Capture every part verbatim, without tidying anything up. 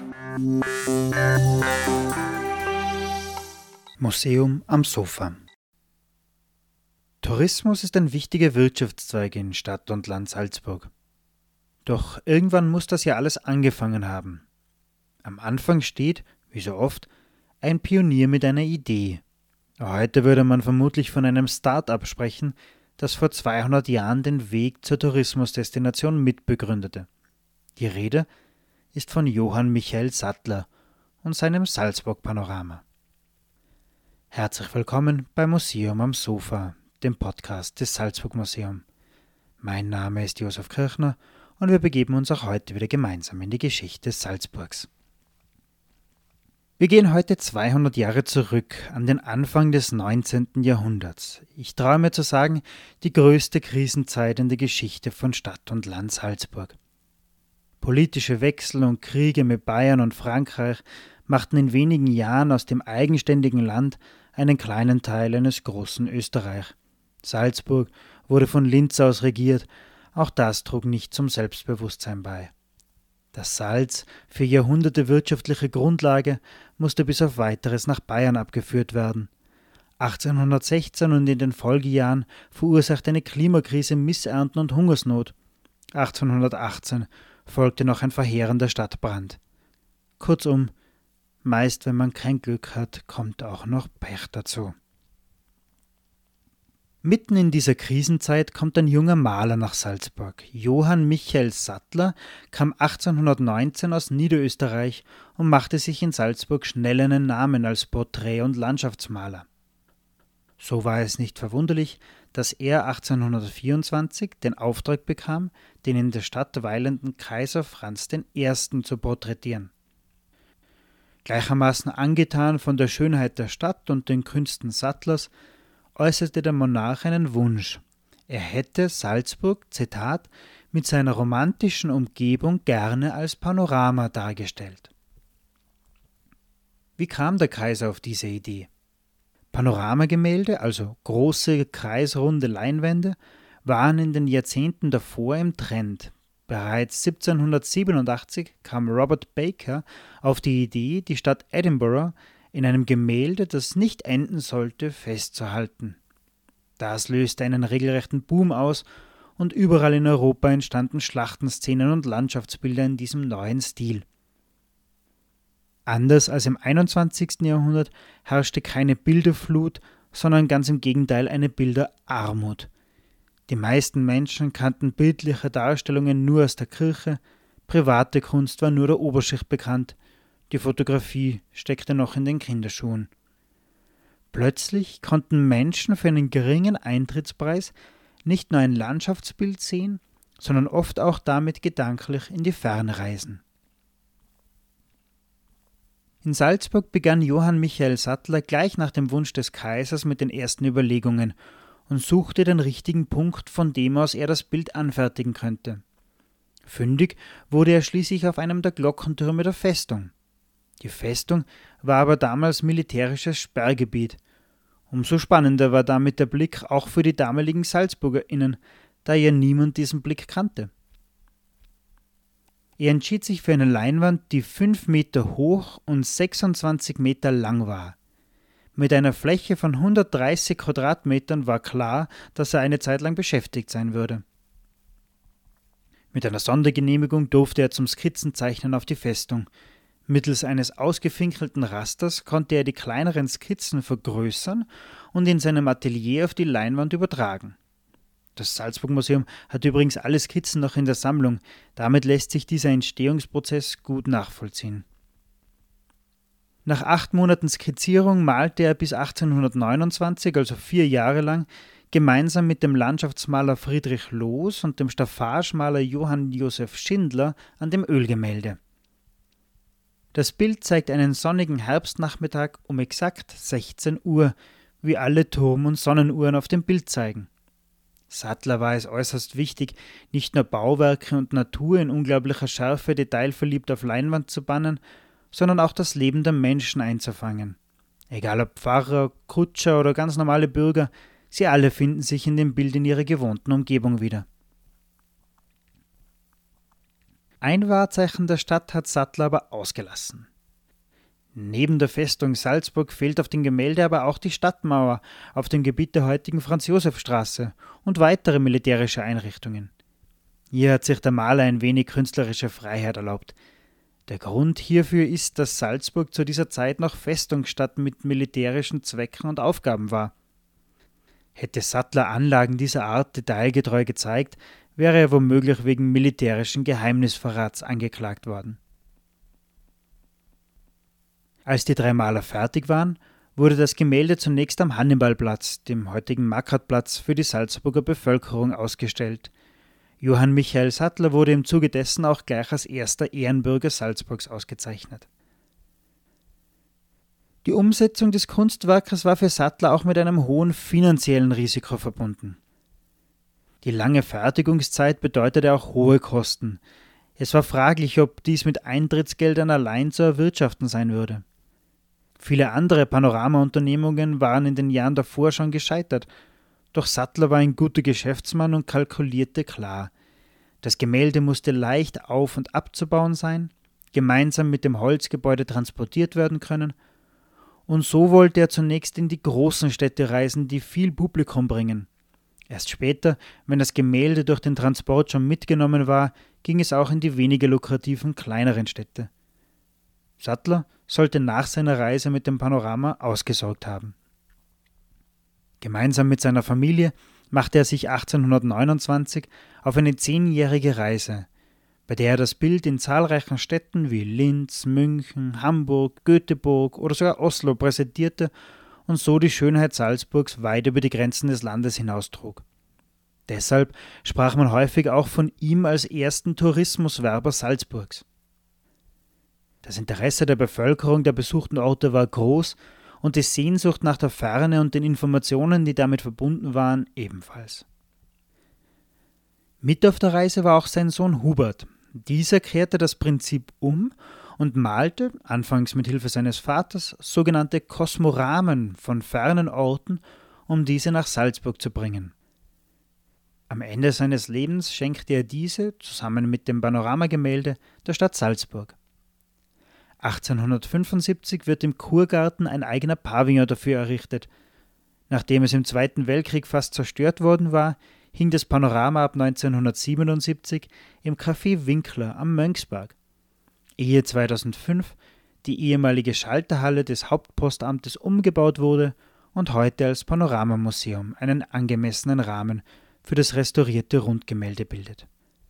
Museum am Sofa. Tourismus ist ein wichtiger Wirtschaftszweig in Stadt und Land Salzburg. Doch irgendwann muss das ja alles angefangen haben. Am Anfang steht, wie so oft, ein Pionier mit einer Idee. Heute würde man vermutlich von einem Start-up sprechen, das vor zweihundert Jahren den Weg zur Tourismusdestination mitbegründete. Die Rede ist von Johann Michael Sattler und seinem Salzburg-Panorama. Herzlich willkommen beim Museum am Sofa, dem Podcast des Salzburg Museum. Mein Name ist Josef Kirchner und wir begeben uns auch heute wieder gemeinsam in die Geschichte Salzburgs. Wir gehen heute zweihundert Jahre zurück an den Anfang des neunzehnten Jahrhunderts. Ich traue mir zu sagen, die größte Krisenzeit in der Geschichte von Stadt und Land Salzburg. Politische Wechsel und Kriege mit Bayern und Frankreich machten in wenigen Jahren aus dem eigenständigen Land einen kleinen Teil eines großen Österreich. Salzburg wurde von Linz aus regiert, auch das trug nicht zum Selbstbewusstsein bei. Das Salz, für Jahrhunderte wirtschaftliche Grundlage, musste bis auf Weiteres nach Bayern abgeführt werden. achtzehnhundertsechzehn und in den Folgejahren verursachte eine Klimakrise Missernten und Hungersnot. achtzehnhundertachtzehn folgte noch ein verheerender Stadtbrand. Kurzum, meist wenn man kein Glück hat, kommt auch noch Pech dazu. Mitten in dieser Krisenzeit kommt ein junger Maler nach Salzburg. Johann Michael Sattler kam achtzehnhundertneunzehn aus Niederösterreich und machte sich in Salzburg schnell einen Namen als Porträt- und Landschaftsmaler. So war es nicht verwunderlich, dass er achtzehnhundertvierundzwanzig den Auftrag bekam, den in der Stadt weilenden Kaiser Franz der Erste zu porträtieren. Gleichermaßen angetan von der Schönheit der Stadt und den Künsten Sattlers, äußerte der Monarch einen Wunsch. Er hätte Salzburg, Zitat, mit seiner romantischen Umgebung gerne als Panorama dargestellt. Wie kam der Kaiser auf diese Idee? Panoramagemälde, also große, kreisrunde Leinwände, waren in den Jahrzehnten davor im Trend. Bereits siebzehnhundertsiebenundachtzig kam Robert Baker auf die Idee, die Stadt Edinburgh in einem Gemälde, das nicht enden sollte, festzuhalten. Das löste einen regelrechten Boom aus und überall in Europa entstanden Schlachtenszenen und Landschaftsbilder in diesem neuen Stil. Anders als im einundzwanzigsten Jahrhundert herrschte keine Bilderflut, sondern ganz im Gegenteil eine Bilderarmut. Die meisten Menschen kannten bildliche Darstellungen nur aus der Kirche, private Kunst war nur der Oberschicht bekannt, die Fotografie steckte noch in den Kinderschuhen. Plötzlich konnten Menschen für einen geringen Eintrittspreis nicht nur ein Landschaftsbild sehen, sondern oft auch damit gedanklich in die Ferne reisen. In Salzburg begann Johann Michael Sattler gleich nach dem Wunsch des Kaisers mit den ersten Überlegungen und suchte den richtigen Punkt, von dem aus er das Bild anfertigen könnte. Fündig wurde er schließlich auf einem der Glockentürme der Festung. Die Festung war aber damals militärisches Sperrgebiet. Umso spannender war damit der Blick auch für die damaligen SalzburgerInnen, da ja niemand diesen Blick kannte. Er entschied sich für eine Leinwand, die fünf Meter hoch und sechsundzwanzig Meter lang war. Mit einer Fläche von hundertdreißig Quadratmetern war klar, dass er eine Zeit lang beschäftigt sein würde. Mit einer Sondergenehmigung durfte er zum Skizzenzeichnen auf die Festung. Mittels eines ausgefinkelten Rasters konnte er die kleineren Skizzen vergrößern und in seinem Atelier auf die Leinwand übertragen. Das Salzburg Museum hat übrigens alle Skizzen noch in der Sammlung, damit lässt sich dieser Entstehungsprozess gut nachvollziehen. Nach acht Monaten Skizzierung malte er bis achtzehnhundertneunundzwanzig, also vier Jahre lang, gemeinsam mit dem Landschaftsmaler Friedrich Loos und dem Staffagemaler Johann Josef Schindler an dem Ölgemälde. Das Bild zeigt einen sonnigen Herbstnachmittag um exakt sechzehn Uhr, wie alle Turm- und Sonnenuhren auf dem Bild zeigen. Sattler war es äußerst wichtig, nicht nur Bauwerke und Natur in unglaublicher Schärfe detailverliebt auf Leinwand zu bannen, sondern auch das Leben der Menschen einzufangen. Egal ob Pfarrer, Kutscher oder ganz normale Bürger, sie alle finden sich in dem Bild in ihrer gewohnten Umgebung wieder. Ein Wahrzeichen der Stadt hat Sattler aber ausgelassen. Neben der Festung Salzburg fehlt auf dem Gemälde aber auch die Stadtmauer auf dem Gebiet der heutigen Franz-Josef-Straße und weitere militärische Einrichtungen. Hier hat sich der Maler ein wenig künstlerische Freiheit erlaubt. Der Grund hierfür ist, dass Salzburg zu dieser Zeit noch Festungsstadt mit militärischen Zwecken und Aufgaben war. Hätte Sattler Anlagen dieser Art detailgetreu gezeigt, wäre er womöglich wegen militärischen Geheimnisverrats angeklagt worden. Als die drei Maler fertig waren, wurde das Gemälde zunächst am Hannibalplatz, dem heutigen Markratplatz, für die Salzburger Bevölkerung ausgestellt. Johann Michael Sattler wurde im Zuge dessen auch gleich als erster Ehrenbürger Salzburgs ausgezeichnet. Die Umsetzung des Kunstwerkes war für Sattler auch mit einem hohen finanziellen Risiko verbunden. Die lange Fertigungszeit bedeutete auch hohe Kosten. Es war fraglich, ob dies mit Eintrittsgeldern allein zu erwirtschaften sein würde. Viele andere Panorama-Unternehmungen waren in den Jahren davor schon gescheitert, doch Sattler war ein guter Geschäftsmann und kalkulierte klar. Das Gemälde musste leicht auf- und abzubauen sein, gemeinsam mit dem Holzgebäude transportiert werden können, und so wollte er zunächst in die großen Städte reisen, die viel Publikum bringen. Erst später, wenn das Gemälde durch den Transport schon mitgenommen war, ging es auch in die weniger lukrativen kleineren Städte. Sattler sollte nach seiner Reise mit dem Panorama ausgesorgt haben. Gemeinsam mit seiner Familie machte er sich achtzehnhundertneunundzwanzig auf eine zehnjährige Reise, bei der er das Bild in zahlreichen Städten wie Linz, München, Hamburg, Göteborg oder sogar Oslo präsentierte und so die Schönheit Salzburgs weit über die Grenzen des Landes hinaustrug. Deshalb sprach man häufig auch von ihm als ersten Tourismuswerber Salzburgs. Das Interesse der Bevölkerung der besuchten Orte war groß und die Sehnsucht nach der Ferne und den Informationen, die damit verbunden waren, ebenfalls. Mit auf der Reise war auch sein Sohn Hubert. Dieser kehrte das Prinzip um und malte, anfangs mit Hilfe seines Vaters, sogenannte Kosmoramen von fernen Orten, um diese nach Salzburg zu bringen. Am Ende seines Lebens schenkte er diese, zusammen mit dem Panoramagemälde, der Stadt Salzburg. achtzehnhundertfünfundsiebzig wird im Kurgarten ein eigener Pavillon dafür errichtet. Nachdem es im Zweiten Weltkrieg fast zerstört worden war, hing das Panorama ab neunzehnhundertsiebenundsiebzig im Café Winkler am Mönchsberg. Ehe zweitausendfünf die ehemalige Schalterhalle des Hauptpostamtes umgebaut wurde und heute als Panoramamuseum einen angemessenen Rahmen für das restaurierte Rundgemälde bildet.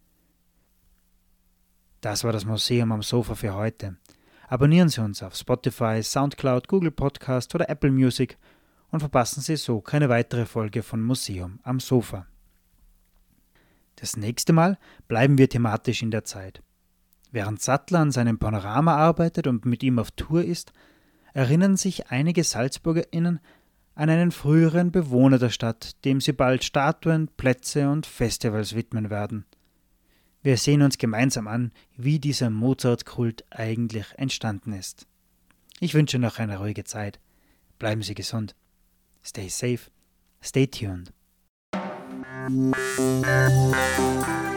Das war das Museum am Sofa für heute. Abonnieren Sie uns auf Spotify, Soundcloud, Google Podcast oder Apple Music und verpassen Sie so keine weitere Folge von Museum am Sofa. Das nächste Mal bleiben wir thematisch in der Zeit. Während Sattler an seinem Panorama arbeitet und mit ihm auf Tour ist, erinnern sich einige SalzburgerInnen an einen früheren Bewohner der Stadt, dem sie bald Statuen, Plätze und Festivals widmen werden. Wir sehen uns gemeinsam an, wie dieser Mozart-Kult eigentlich entstanden ist. Ich wünsche noch eine ruhige Zeit. Bleiben Sie gesund. Stay safe. Stay tuned.